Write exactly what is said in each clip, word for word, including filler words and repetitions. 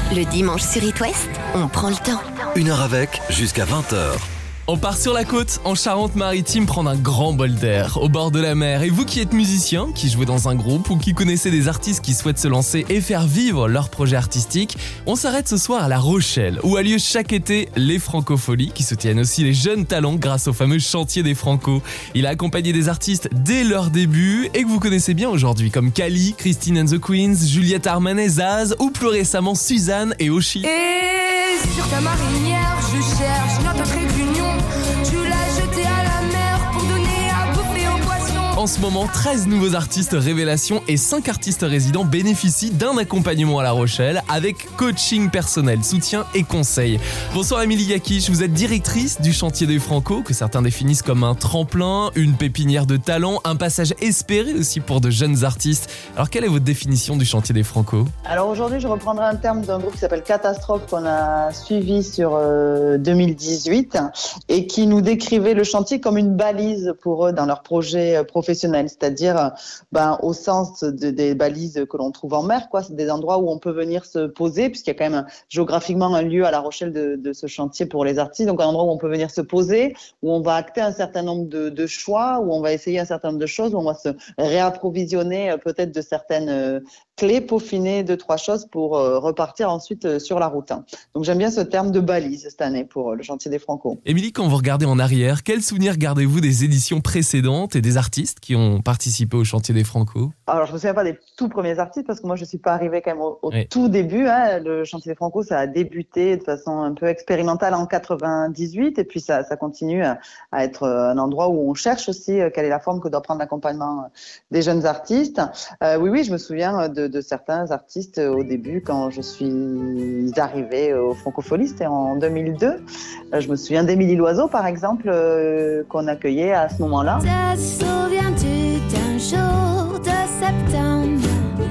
Le dimanche sur It West, on prend le temps. Une heure avec, jusqu'à vingt heures. On part sur la côte, en Charente-Maritime, prendre un grand bol d'air, au bord de la mer. Et vous qui êtes musicien, qui jouez dans un groupe ou qui connaissez des artistes qui souhaitent se lancer et faire vivre leur projet artistique, on s'arrête ce soir à La Rochelle, où a lieu chaque été les Francofolies, qui soutiennent aussi les jeunes talents grâce au fameux chantier des Franco. Il a accompagné des artistes dès leur début et que vous connaissez bien aujourd'hui, comme Kali, Christine and the Queens, Juliette Armanet, Zaz, ou plus récemment Suzanne et Oshi. Et sur ta marinière, je cherche notre trait d'union. Tu l'as jeté à la mer pour donner à bouffer aux poissons. En ce moment, treize nouveaux artistes révélations et cinq artistes résidents bénéficient d'un accompagnement à La Rochelle avec coaching personnel, soutien et conseils. Bonsoir Émilie Yakish, vous êtes directrice du chantier des Franco, que certains définissent comme un tremplin, une pépinière de talent, un passage espéré aussi pour de jeunes artistes. Alors quelle est votre définition du chantier des Franco ? Alors aujourd'hui, je reprendrai un terme d'un groupe qui s'appelle Catastrophe qu'on a suivi sur euh, deux mille dix-huit et qui nous décrivait le chantier comme une balise pour eux dans leur projet professionnel. C'est-à-dire ben, au sens de, des balises que l'on trouve en mer, quoi. C'est des endroits où on peut venir se poser, puisqu'il y a quand même un, géographiquement un lieu à La Rochelle de, de ce chantier pour les artistes, donc un endroit où on peut venir se poser, où on va acter un certain nombre de, de choix, où on va essayer un certain nombre de choses, où on va se réapprovisionner euh, peut-être de certaines euh, clés, peaufiner deux, trois choses pour euh, repartir ensuite euh, sur la route. Hein. Donc j'aime bien ce terme de balise cette année pour euh, le chantier des Franco. Émilie, quand vous regardez en arrière, quels souvenirs gardez-vous des éditions précédentes et des artistes qui ont participé au chantier des Franco ? Alors je me souviens pas des tout premiers artistes parce que moi je suis pas arrivée quand même au, au oui. tout début. Hein. Le chantier des Franco, ça a débuté de façon un peu expérimentale en quatre-vingt-dix-huit et puis ça, ça continue à, à être un endroit où on cherche aussi quelle est la forme que doit prendre l'accompagnement des jeunes artistes. Euh, oui, oui, je me souviens de, de certains artistes au début quand je suis arrivée au Francofolies, c'était en deux mille deux. Je me souviens d'Émilie Loiseau par exemple euh, qu'on accueillait à ce moment-là. Te souviens-tu d'un jour de septembre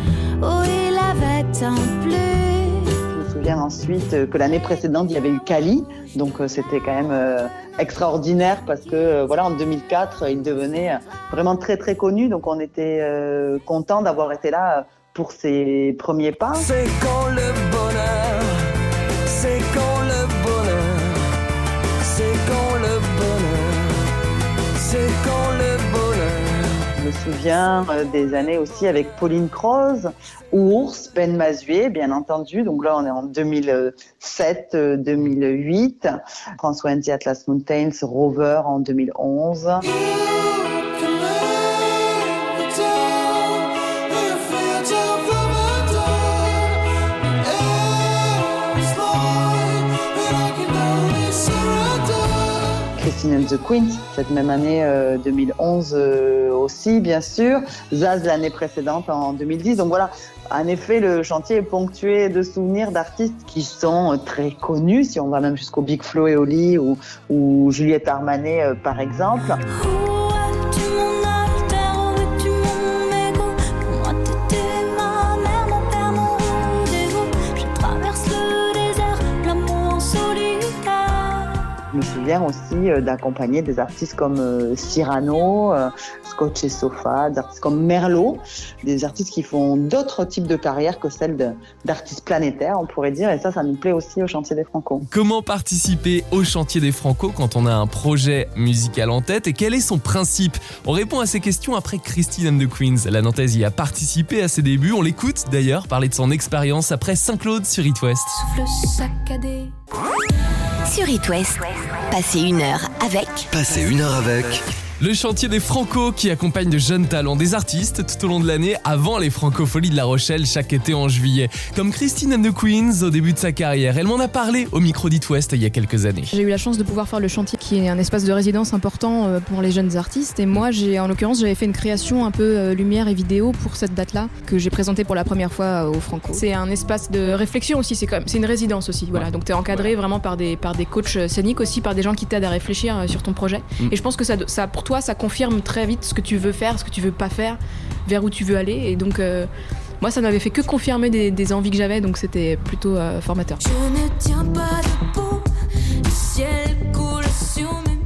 où il avait tant plu? Je me souviens ensuite que l'année précédente, il y avait eu Kali, donc c'était quand même euh, extraordinaire parce que euh, voilà, en deux mille quatre, il devenait vraiment très très connu, donc on était euh, content d'avoir été là pour ses premiers pas. C'est quand le bonheur, c'est quand le bonheur, c'est quand le bonheur, c'est quand le bonheur. Je me souviens euh, des années aussi avec Pauline Croze, Ours, Ben Mazué, bien entendu. Donc là, on est en deux mille sept, deux mille huit. François and the Atlas Mountains, Rover en deux mille onze. Christine and the Queens, cette même année euh, deux mille onze euh, aussi, bien sûr. Zaz l'année précédente en deux mille dix. Donc voilà, en effet, le chantier est ponctué de souvenirs d'artistes qui sont euh, très connus, si on va même jusqu'au Big Flo et Oli ou, ou Juliette Armanet, euh, par exemple. Je me souviens aussi euh, d'accompagner des artistes comme euh, Cyrano, euh, Scotch et Sofa, des artistes comme Merlot, des artistes qui font d'autres types de carrières que celles de, d'artistes planétaires, on pourrait dire, et ça, ça nous plaît aussi au chantier des Franco. Comment participer au chantier des Franco quand on a un projet musical en tête et quel est son principe ? On répond à ces questions après Christine and the Queens. La Nantaise y a participé à ses débuts, on l'écoute d'ailleurs parler de son expérience après Saint-Claude sur It West. Souffle saccadé. Sur It West, passez une heure avec. Passez une heure avec. Le chantier des Franco qui accompagne de jeunes talents, des artistes tout au long de l'année avant les Francofolies de La Rochelle chaque été en juillet. Comme Christine and the Queens au début de sa carrière. Elle m'en a parlé au micro d'It West il y a quelques années. J'ai eu la chance de pouvoir faire le chantier qui est un espace de résidence important pour les jeunes artistes. Et moi, j'ai, en l'occurrence, j'avais fait une création un peu lumière et vidéo pour cette date-là que j'ai présentée pour la première fois au Franco. C'est un espace de réflexion aussi, c'est, quand même, c'est une résidence aussi. Voilà. Donc tu es encadré vraiment par des, par des coachs scéniques aussi, par des gens qui t'aident à réfléchir sur ton projet. Mm. Et je pense que ça, ça, pour toi, ça confirme très vite ce que tu veux faire, ce que tu veux pas faire, vers où tu veux aller. Et donc, euh, moi, ça n'avait fait que confirmer des, des envies que j'avais, donc c'était plutôt euh, formateur. Je ne tiens pas debout, le ciel coule sur mes mains.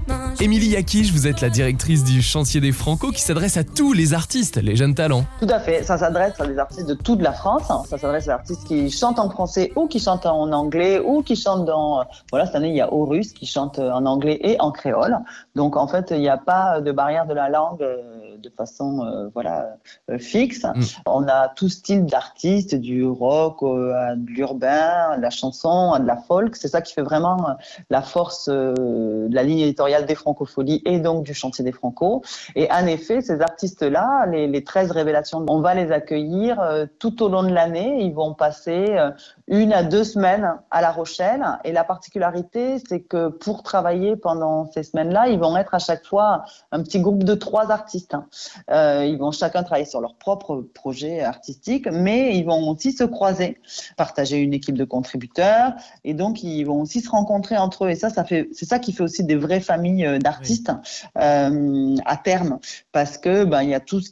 Émilie Yakish, vous êtes la directrice du Chantier des Franco qui s'adresse à tous les artistes, les jeunes talents. Tout à fait, ça s'adresse à des artistes de toute la France, ça s'adresse à des artistes qui chantent en français ou qui chantent en anglais ou qui chantent dans... Voilà, cette année il y a Horus qui chante en anglais et en créole, donc en fait il n'y a pas de barrière de la langue de façon euh, voilà, euh, fixe. Mm. On a tout style d'artistes, du rock euh, à de l'urbain, à de la chanson, à de la folk, c'est ça qui fait vraiment la force euh, de la ligne éditoriale des Francopholies et donc du Chantier des Franco. Et en effet, ces artistes-là, les, les treize révélations, on va les accueillir euh, tout au long de l'année. Ils vont passer euh, une à deux semaines à La Rochelle. Et la particularité, c'est que pour travailler pendant ces semaines-là, ils vont être à chaque fois un petit groupe de trois artistes. Euh, ils vont chacun travailler sur leur propre projet artistique, mais ils vont aussi se croiser, partager une équipe de contributeurs. Et donc, ils vont aussi se rencontrer entre eux. Et ça, ça fait, c'est ça qui fait aussi des vraies familles d'artistes oui. euh, à terme, parce que ben il y a tout ce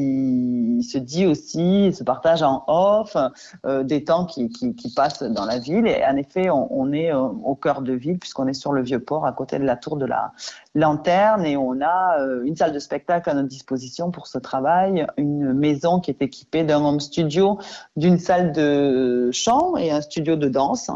qui se dit aussi, se partage en off, euh, des temps qui, qui, qui passent dans la ville. Et en effet, on, on est euh, au cœur de ville puisqu'on est sur le Vieux-Port, à côté de la tour de la Lanterne, et on a euh, une salle de spectacle à notre disposition pour ce travail, une maison qui est équipée d'un home studio, d'une salle de chant et un studio de danse.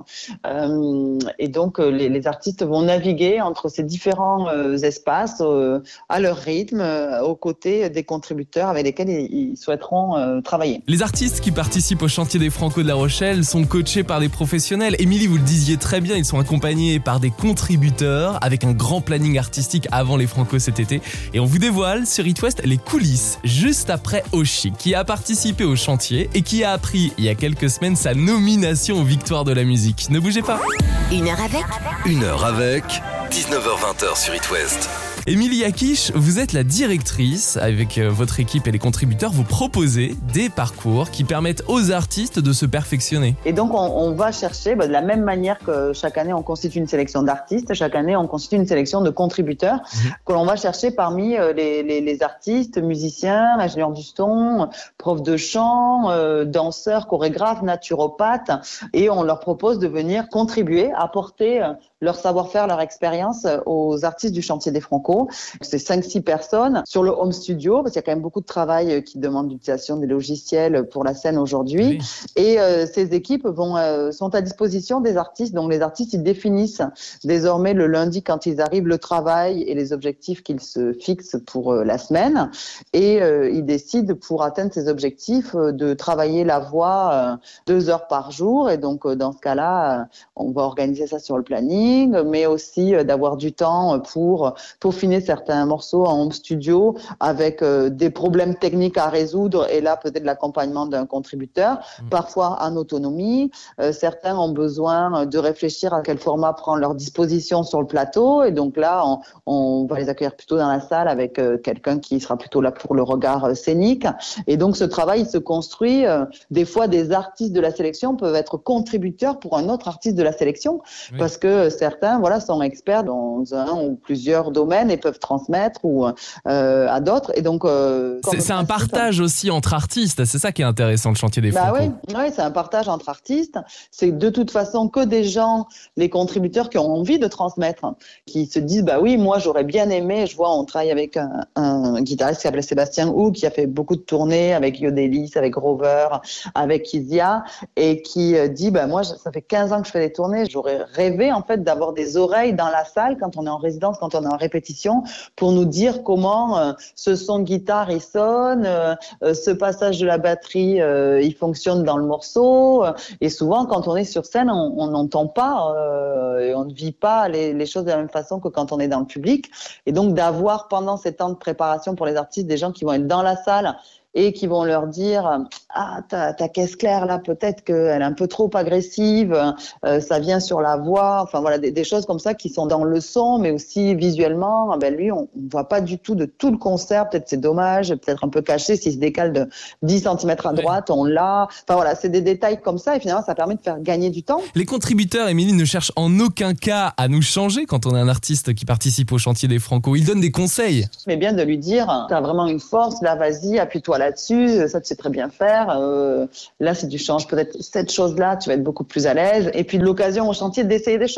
Euh, et donc les, les artistes vont naviguer entre ces différents euh, espaces euh, à leur rythme, euh, aux côtés des contributeurs avec lesquels ils, ils souhaiteront euh, travailler. Les artistes qui participent au Chantier des Franco de La Rochelle sont coachés par des professionnels. Émilie, vous le disiez très bien, ils sont accompagnés par des contributeurs avec un grand planning artistique avant les Franco cet été. Et on vous dévoile sur It West les coulisses juste après Oshi, qui a participé au chantier et qui a appris il y a quelques semaines sa nomination aux Victoires de la musique. Ne bougez pas. Une heure avec. Une heure avec. dix-neuf heures vingt sur It West. Émilie Yakish, vous êtes la directrice. Avec votre équipe et les contributeurs, vous proposez des parcours qui permettent aux artistes de se perfectionner. Et donc, on, on va chercher, bah, de la même manière que chaque année, on constitue une sélection d'artistes, chaque année, on constitue une sélection de contributeurs mmh. que l'on va chercher parmi les, les, les artistes, musiciens, ingénieurs du son, profs de chant, euh, danseurs, chorégraphes, naturopathes. Et on leur propose de venir contribuer, apporter euh, leur savoir-faire, leur expérience aux artistes du Chantier des Franco. C'est cinq six personnes sur le home studio, parce qu'il y a quand même beaucoup de travail qui demande l'utilisation des logiciels pour la scène aujourd'hui. Oui. Et euh, ces équipes vont, euh, sont à disposition des artistes. Donc les artistes, ils définissent désormais le lundi, quand ils arrivent, le travail et les objectifs qu'ils se fixent pour euh, la semaine. Et euh, ils décident, pour atteindre ces objectifs, euh, de travailler la voix euh, deux heures par jour. Et donc euh, dans ce cas-là, euh, on va organiser ça sur le planning, mais aussi euh, d'avoir du temps pour peaufiner certains morceaux en home studio avec euh, des problèmes techniques à résoudre, et là peut-être l'accompagnement d'un contributeur, mmh. parfois en autonomie. Euh, certains ont besoin de réfléchir à quel format prendre leur disposition sur le plateau, et donc là on, on va les accueillir plutôt dans la salle avec euh, quelqu'un qui sera plutôt là pour le regard euh, scénique. Et donc ce travail il se construit, euh, des fois des artistes de la sélection peuvent être contributeurs pour un autre artiste de la sélection, oui. parce que certains voilà, sont experts dans un ou plusieurs domaines et peuvent transmettre ou, euh, à d'autres. Et donc, euh, c'est, c'est un partage aussi entre artistes. C'est ça qui est intéressant, le Chantier des Franco. Bah oui, oui, c'est un partage entre artistes. C'est de toute façon que des gens, les contributeurs qui ont envie de transmettre, qui se disent, bah oui, moi j'aurais bien aimé. Je vois, on travaille avec un, un guitariste qui s'appelle Sébastien Hou, qui a fait beaucoup de tournées avec Yodelis, avec Rover, avec Isia, et qui dit, bah moi, ça fait quinze ans que je fais des tournées. J'aurais rêvé, en fait, d'avoir des oreilles dans la salle quand on est en résidence, quand on est en répétition, pour nous dire comment euh, ce son de guitare il sonne, euh, euh, ce passage de la batterie euh, il fonctionne dans le morceau. Euh, et souvent, quand on est sur scène, on n'entend pas euh, et on ne vit pas les, les choses de la même façon que quand on est dans le public. Et donc d'avoir pendant ces temps de préparation pour les artistes des gens qui vont être dans la salle et qui vont leur dire « Ah, ta, ta caisse claire, là, peut-être qu'elle est un peu trop agressive, euh, ça vient sur la voix. » Enfin, voilà, des, des choses comme ça qui sont dans le son, mais aussi visuellement. Ben, lui, on ne voit pas du tout de tout le concert. Peut-être c'est dommage, peut-être un peu caché. S'il se décale de dix centimètres à droite, on l'a. Enfin, voilà, c'est des détails comme ça. Et finalement, ça permet de faire gagner du temps. Les contributeurs, Émilie, ne cherchent en aucun cas à nous changer quand on est un artiste qui participe au Chantier des Franco. Ils donnent des conseils. Mais bien de lui dire « T'as vraiment une force, là, vas-y, appuie-toi là-dessus, ça tu sais très bien faire, euh, là si tu changes peut-être cette chose-là, tu vas être beaucoup plus à l'aise. » Et puis de l'occasion au chantier d'essayer des choses.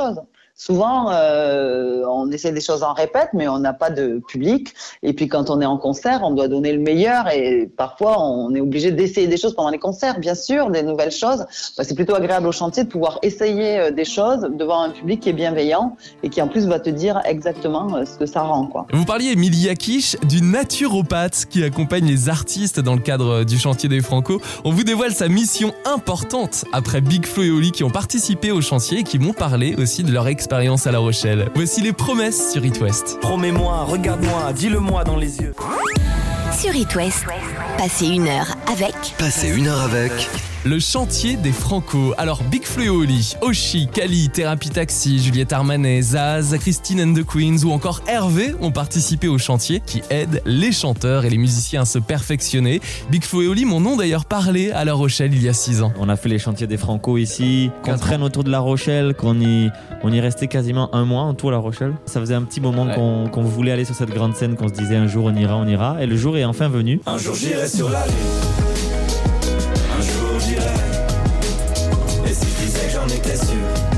Souvent, euh, on essaie des choses en répète, mais on n'a pas de public. Et puis, quand on est en concert, on doit donner le meilleur. Et parfois, on est obligé d'essayer des choses pendant les concerts, bien sûr, des nouvelles choses. Bah, c'est plutôt agréable au chantier de pouvoir essayer des choses devant un public qui est bienveillant et qui, en plus, va te dire exactement ce que ça rend, quoi. Vous parliez, Émilie Akish, d'une naturopathe qui accompagne les artistes dans le cadre du chantier des Franco. On vous dévoile sa mission importante après Big Flo et Oli qui ont participé au chantier et qui m'ont parlé aussi de leur expérience à La Rochelle. Voici les promesses sur It West. Promets-moi, regarde-moi, dis-le-moi dans les yeux. Sur It West, passez une heure avec. Passez une heure avec. Le chantier des Franco. Alors, Big Flo et Oli, Oshi, Kali, Thérapie Taxi, Juliette Armanet, Zaz, Christine and the Queens ou encore Hervé ont participé au chantier qui aide les chanteurs et les musiciens à se perfectionner. Big Flo et Oli m'en ont d'ailleurs parlé à La Rochelle il y a six ans. On a fait les chantiers des Franco ici, qu'on traîne autour de La Rochelle, qu'on y, on y restait quasiment un mois en tout à La Rochelle. Ça faisait un petit moment ouais. qu'on, qu'on voulait aller sur cette grande scène, qu'on se disait un jour on ira, on ira. Et le jour est enfin venu. Un jour j'irai sur la lune. Et si je disais que j'en étais sûr,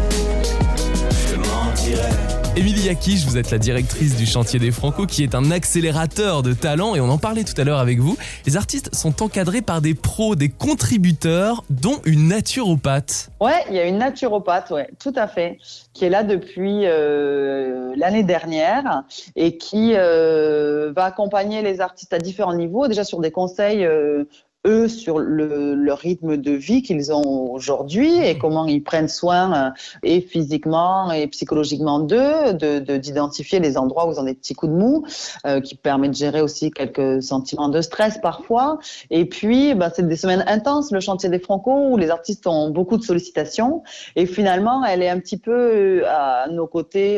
je te mentirais. Émilie Akish, vous êtes la directrice du chantier des Franco qui est un accélérateur de talent et on en parlait tout à l'heure avec vous. Les artistes sont encadrés par des pros, des contributeurs, dont une naturopathe. Ouais, il y a une naturopathe, ouais, tout à fait, qui est là depuis euh, l'année dernière et qui euh, va accompagner les artistes à différents niveaux, déjà sur des conseils euh, eux sur le, le rythme de vie qu'ils ont aujourd'hui et comment ils prennent soin euh, et physiquement et psychologiquement d'eux, de, de, d'identifier les endroits où ils ont des petits coups de mou, euh, qui permet de gérer aussi quelques sentiments de stress parfois. Et puis, bah, c'est des semaines intenses, le chantier des Franco, où les artistes ont beaucoup de sollicitations. Et finalement, elle est un petit peu à nos côtés,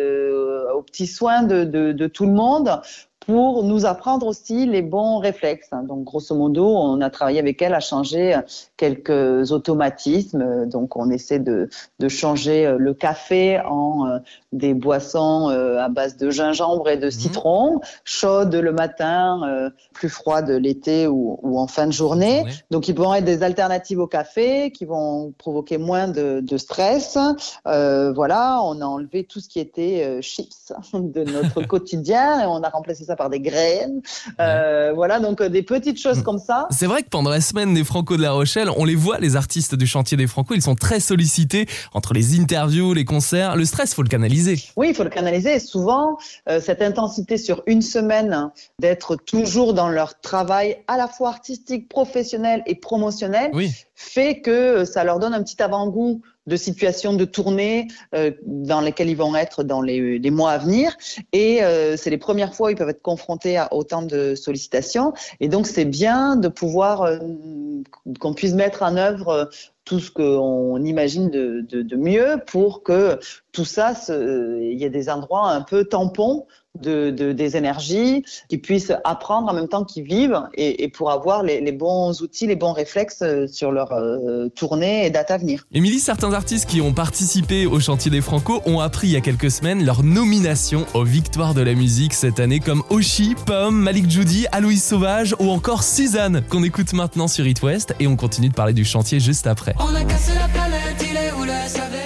euh, aux petits soins de, de, de tout le monde, pour nous apprendre aussi les bons réflexes. Donc, grosso modo, on a travaillé avec elle à changer quelques automatismes. Donc, on essaie de, de changer le café en euh, des boissons euh, à base de gingembre et de citron, mmh. chaudes le matin, euh, plus froides l'été ou, ou en fin de journée. Oui. Donc, ils vont être des alternatives au café qui vont provoquer moins de, de stress. Euh, voilà, on a enlevé tout ce qui était euh, chips de notre quotidien et on a remplacé ça par des graines, euh, ouais. voilà, donc euh, des petites choses comme ça. C'est vrai que pendant la semaine des Franco de La Rochelle, on les voit, les artistes du chantier des Franco, ils sont très sollicités entre les interviews, les concerts. Le stress, faut le canaliser. Oui, il faut le canaliser. Et souvent, euh, cette intensité sur une semaine, d'être toujours dans leur travail à la fois artistique, professionnel et promotionnel, oui. fait que ça leur donne un petit avant-goût de situations de tournée euh, dans lesquelles ils vont être dans les, les mois à venir. Et euh, c'est les premières fois où ils peuvent être confrontés à autant de sollicitations. Et donc, c'est bien de pouvoir, euh, qu'on puisse mettre en œuvre euh, tout ce qu'on imagine de, de, de mieux pour que tout ça, il y ait des endroits un peu tampons de, de, des énergies, qu'ils puissent apprendre en même temps qu'ils vivent et, et pour avoir les, les bons outils, les bons réflexes sur leur euh, tournée et date à venir. Émilie, certains artistes qui ont participé au chantier des Franco ont appris il y a quelques semaines leur nomination aux Victoires de la musique cette année, comme Oshi, Pomme, Malik Judy, Aloïs Sauvage ou encore Suzanne, qu'on écoute maintenant sur It West, et on continue de parler du chantier juste après. On a cassé la planète, il est où le savait?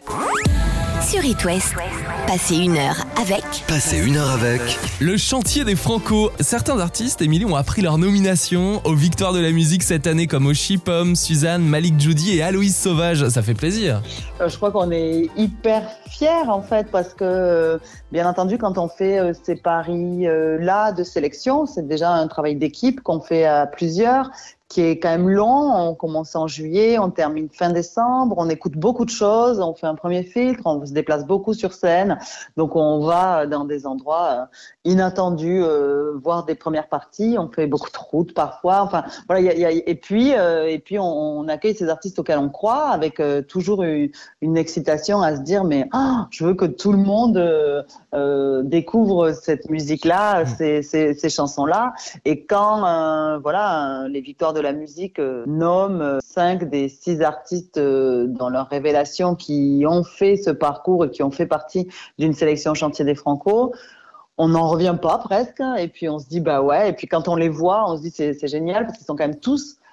Sur It West, passez une heure avec. Passez une heure avec. Le chantier des Franco. Certains artistes, Émilie, ont appris leur nomination aux Victoires de la musique cette année, comme Oshi, Pomme, Suzanne, Malik Judy et Aloïs Sauvage. Ça fait plaisir. Euh, je crois qu'on est hyper fiers en fait, parce que euh, bien entendu, quand on fait euh, ces paris-là euh, de sélection, c'est déjà un travail d'équipe qu'on fait à plusieurs, qui est quand même long. On commence en juillet, on termine fin décembre, on écoute beaucoup de choses, on fait un premier filtre, on se déplace beaucoup sur scène, donc on va dans des endroits inattendus, euh, voir des premières parties, on fait beaucoup de routes parfois, enfin voilà, y a, y a, et puis euh, et puis on, on accueille ces artistes auxquels on croit, avec euh, toujours une, une excitation à se dire mais oh, je veux que tout le monde euh, euh, découvre cette musique-là, ces, ces, ces chansons-là, et quand euh, voilà les Victoires de la musique euh, nomment euh, cinq des six artistes euh, dans leur révélation qui ont fait ce parcours et qui ont fait partie d'une sélection chantier des Franco, on n'en revient pas presque, et puis on se dit bah ouais, et puis quand on les voit, on se dit c'est, c'est génial parce qu'ils sont quand même tous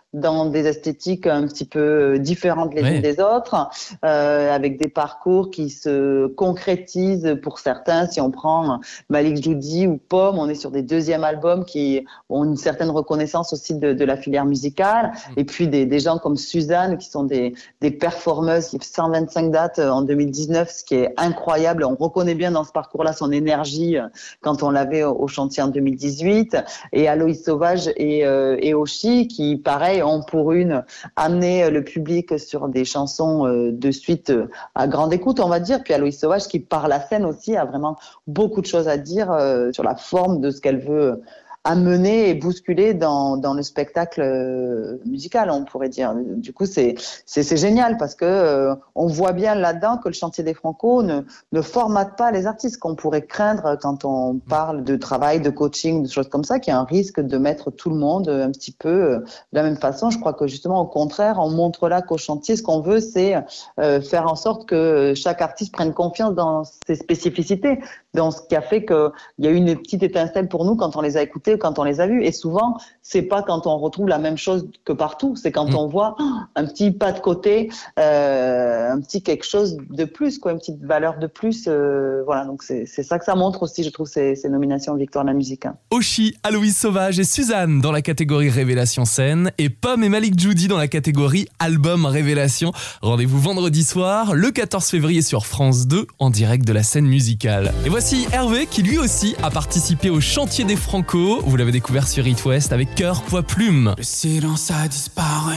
dans des esthétiques un petit peu différentes les Ouais. unes des autres, euh, avec des parcours qui se concrétisent pour certains. Si on prend Malik Djoudi ou Pomme, on est sur des deuxièmes albums qui ont une certaine reconnaissance aussi de, de la filière musicale. Et puis des, des gens comme Suzanne qui sont des, des performeuses, qui cent vingt-cinq dates en deux mille dix-neuf, ce qui est incroyable. On reconnaît bien dans ce parcours-là son énergie quand on l'avait au, au chantier en deux mille dix-huit. Et Aloïs Sauvage et, euh, et Oshi qui, pareil, ont pour une amené le public sur des chansons euh, de suite euh, à grande écoute, on va dire. Puis Aloïs Sauvage qui, par la scène aussi, a vraiment beaucoup de choses à dire euh, sur la forme de ce qu'elle veut amener et bousculer dans, dans le spectacle euh, musical, on pourrait dire. Du coup, c'est, c'est, c'est génial parce que euh, on voit bien là-dedans que le Chantier des Franco ne, ne formate pas les artistes qu'on pourrait craindre quand on parle de travail, de coaching, de choses comme ça, qu'il y a un risque de mettre tout le monde un petit peu euh, de la même façon. Je crois que justement, au contraire, on montre là qu'au Chantier, ce qu'on veut, c'est euh, faire en sorte que chaque artiste prenne confiance dans ses spécificités, dans ce qui a fait qu'il y a eu une petite étincelle pour nous quand on les a écoutés, quand on les a vus. Et souvent, c'est pas quand on retrouve la même chose que partout, c'est quand mmh. on voit oh, un petit pas de côté, euh, un petit quelque chose de plus, quoi, une petite valeur de plus. Euh, voilà, donc c'est, c'est ça que ça montre aussi, je trouve, ces, ces nominations Victoire de la musique. Hein. Oshi, Aloïs Sauvage et Suzanne dans la catégorie Révélation scène et Pomme et Malik Djoudi dans la catégorie Album Révélation. Rendez-vous vendredi soir, le quatorze février sur France deux, en direct de la scène musicale. Et voici Hervé qui lui aussi a participé au Chantier des Franco. Vous l'avez découvert sur It West avec Cœur, Poids, Plume. Le silence a disparu.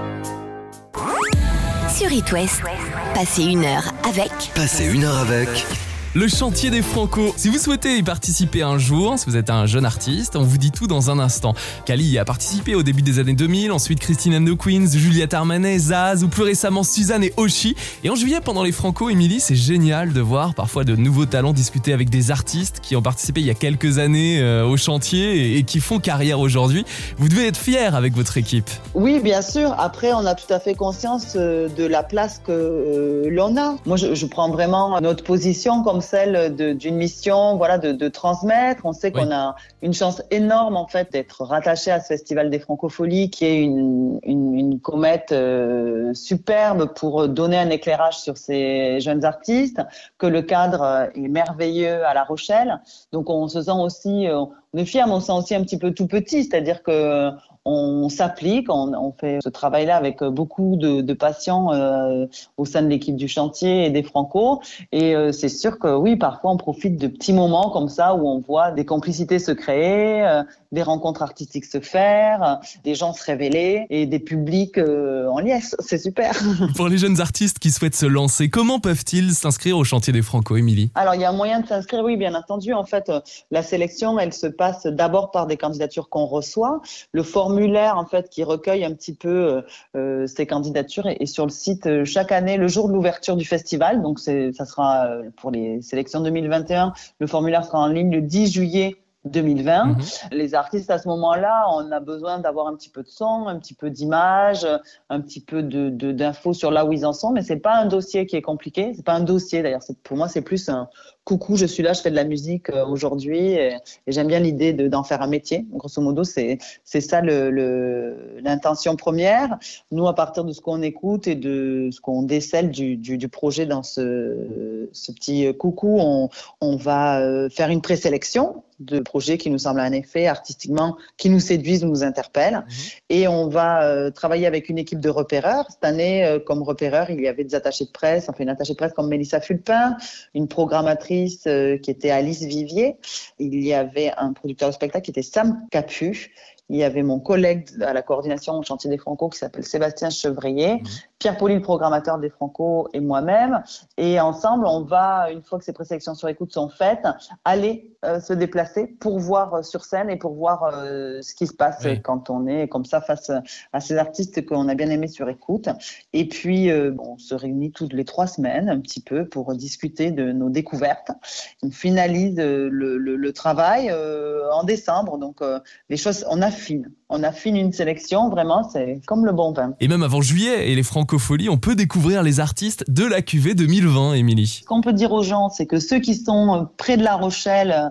Sur It West, passez une heure avec. Passez une heure avec. Le Chantier des Franco. Si vous souhaitez y participer un jour, si vous êtes un jeune artiste, on vous dit tout dans un instant. Kali y a participé au début des années deux mille, ensuite Christine and the Queens, Juliette Armanet, Zaz ou plus récemment Suzanne et Oshi. Et en juillet, pendant les Franco, Émilie, c'est génial de voir parfois de nouveaux talents discuter avec des artistes qui ont participé il y a quelques années euh, au chantier et, et qui font carrière aujourd'hui. Vous devez être fiers avec votre équipe. Oui, bien sûr. Après, on a tout à fait conscience euh, de la place que euh, l'on a. Moi, je, je prends vraiment notre position comme celle de, d'une mission, voilà, de, de transmettre. On sait qu'on oui. a une chance énorme en fait d'être rattaché à ce Festival des Francopholies, qui est une, une, une comète euh, superbe pour donner un éclairage sur ces jeunes artistes, que le cadre est merveilleux à La Rochelle. Donc on se sent aussi, on est fiers, mais on se sent aussi un petit peu tout petit, c'est-à-dire que on s'applique, on, on fait ce travail-là avec beaucoup de, de patients euh, au sein de l'équipe du chantier et des Franco. Et euh, c'est sûr que oui, parfois on profite de petits moments comme ça où on voit des complicités se créer, euh, des rencontres artistiques se faire, euh, des gens se révéler et des publics euh, en liesse. C'est super. Pour les jeunes artistes qui souhaitent se lancer, comment peuvent-ils s'inscrire au Chantier des Franco, Émilie ? Alors il y a un moyen de s'inscrire, oui, bien entendu. En fait, euh, la sélection, elle se passe d'abord par des candidatures qu'on reçoit. Le formulaire en fait qui recueille un petit peu euh, ces candidatures est, est sur le site euh, chaque année le jour de l'ouverture du festival. Donc c'est, ça sera euh, pour les sélections deux mille vingt et un. Le formulaire sera en ligne le dix juillet deux mille vingt. Mmh. Les artistes à ce moment-là, on a besoin d'avoir un petit peu de son, un petit peu d'images, un petit peu de, de, d'infos sur là où ils en sont, mais c'est pas un dossier qui est compliqué. C'est pas un dossier d'ailleurs. C'est, pour moi, c'est plus un coucou, je suis là, je fais de la musique euh, aujourd'hui et, et j'aime bien l'idée de, d'en faire un métier. Grosso modo, c'est, c'est ça le, le, l'intention première. Nous, à partir de ce qu'on écoute et de ce qu'on décèle du, du, du projet dans ce, ce petit coucou, on, on va euh, faire une présélection de projets qui nous semblent en effet artistiquement, qui nous séduisent, nous interpellent. Mmh. Et on va euh, travailler avec une équipe de repéreurs. Cette année, euh, comme repéreurs, il y avait des attachés de presse, enfin une attachée de presse comme Mélissa Fulpin, une programmatrice euh, qui était Alice Vivier. Il y avait un producteur de spectacle qui était Sam Capu. Il y avait mon collègue à la coordination au Chantier des Franco qui s'appelle Sébastien Chevrier, mmh. Pierre Poli, le programmateur des Franco, et moi-même. Et ensemble, on va, une fois que ces présélections sur écoute sont faites, aller euh, se déplacer pour voir euh, sur scène et pour voir euh, ce qui se passe oui. quand on est comme ça face à ces artistes qu'on a bien aimés sur écoute. Et puis, euh, bon, on se réunit toutes les trois semaines un petit peu pour discuter de nos découvertes. On finalise euh, le, le, le travail euh, en décembre. Donc, euh, les choses, on affine. On affine une sélection, vraiment, c'est comme le bon vin. Et même avant juillet et les Francopholies, on peut découvrir les artistes de la cuvée deux mille vingt, Émilie. Ce qu'on peut dire aux gens, c'est que ceux qui sont près de La Rochelle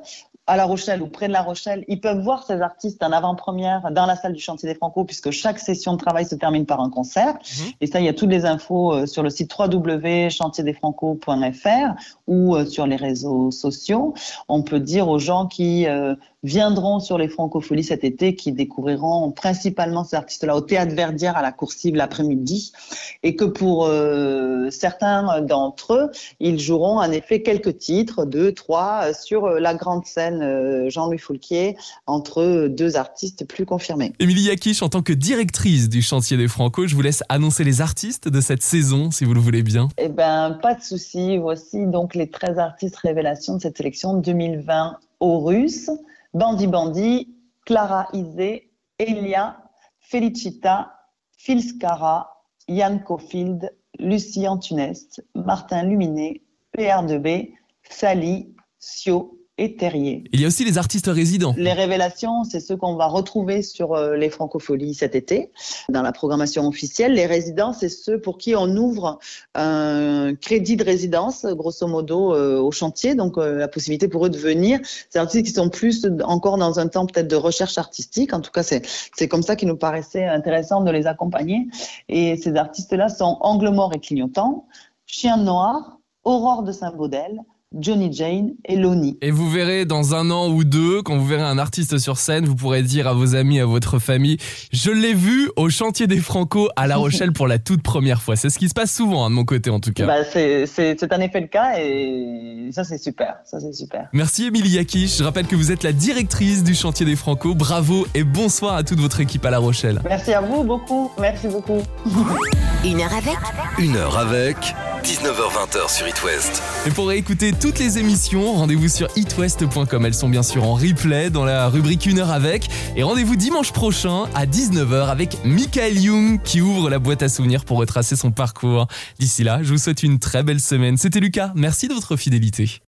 à La Rochelle ou près de La Rochelle, ils peuvent voir ces artistes en avant-première dans la salle du Chantier des Franco, puisque chaque session de travail se termine par un concert. Mmh. Et ça, il y a toutes les infos sur le site w w w point chantier des franco point f r ou sur les réseaux sociaux. On peut dire aux gens qui euh, viendront sur les Francopholies cet été, qui découvriront principalement ces artistes-là au Théâtre Verdière à la Coursive l'après-midi, et que pour euh, certains d'entre eux, ils joueront en effet quelques titres, deux, trois, sur la grande scène euh, Jean-Louis Foulquier, entre deux artistes plus confirmés. Émilie Yakish, en tant que directrice du Chantier des Franco, je vous laisse annoncer les artistes de cette saison, si vous le voulez bien. Eh ben, pas de souci. Voici donc les treize artistes révélations de cette sélection deux mille vingt Horus, Bandi Bandi, Clara Isé, Elia, Felicita, Phil Scara, Yann Cofield, Lucie Antunest, Martin Luminet, P R deux B, Sally, Sio et Terrier. Il y a aussi les artistes résidents. Les révélations, c'est ceux qu'on va retrouver sur euh, les Francopholies cet été, dans la programmation officielle. Les résidents, c'est ceux pour qui on ouvre un crédit de résidence, grosso modo, euh, au chantier, donc euh, la possibilité pour eux de venir. C'est des artistes qui sont plus encore dans un temps peut-être de recherche artistique. En tout cas, c'est, c'est comme ça qu'il nous paraissait intéressant de les accompagner. Et ces artistes-là sont Angle Mort et Clignotant, Chien Noir, Aurore de Saint-Baudel, Johnny Jane et Lonnie. Et vous verrez dans un an ou deux, quand vous verrez un artiste sur scène, vous pourrez dire à vos amis, à votre famille, je l'ai vu au Chantier des Franco à La Rochelle pour la toute première fois. C'est ce qui se passe souvent, hein, de mon côté en tout cas. Bah, c'est, c'est, c'est en effet le cas et ça c'est super, ça c'est super. Merci Émilie Yakish, je rappelle que vous êtes la directrice du Chantier des Franco. Bravo et bonsoir à toute votre équipe à La Rochelle. Merci à vous beaucoup, merci beaucoup. Une heure avec Une heure avec dix-neuf heures vingt sur It West. Et pour réécouter toutes les émissions, rendez-vous sur it west point com. Elles sont bien sûr en replay dans la rubrique Une heure avec. Et rendez-vous dimanche prochain à dix-neuf heures avec Michael Young qui ouvre la boîte à souvenirs pour retracer son parcours. D'ici là, je vous souhaite une très belle semaine. C'était Lucas, merci de votre fidélité.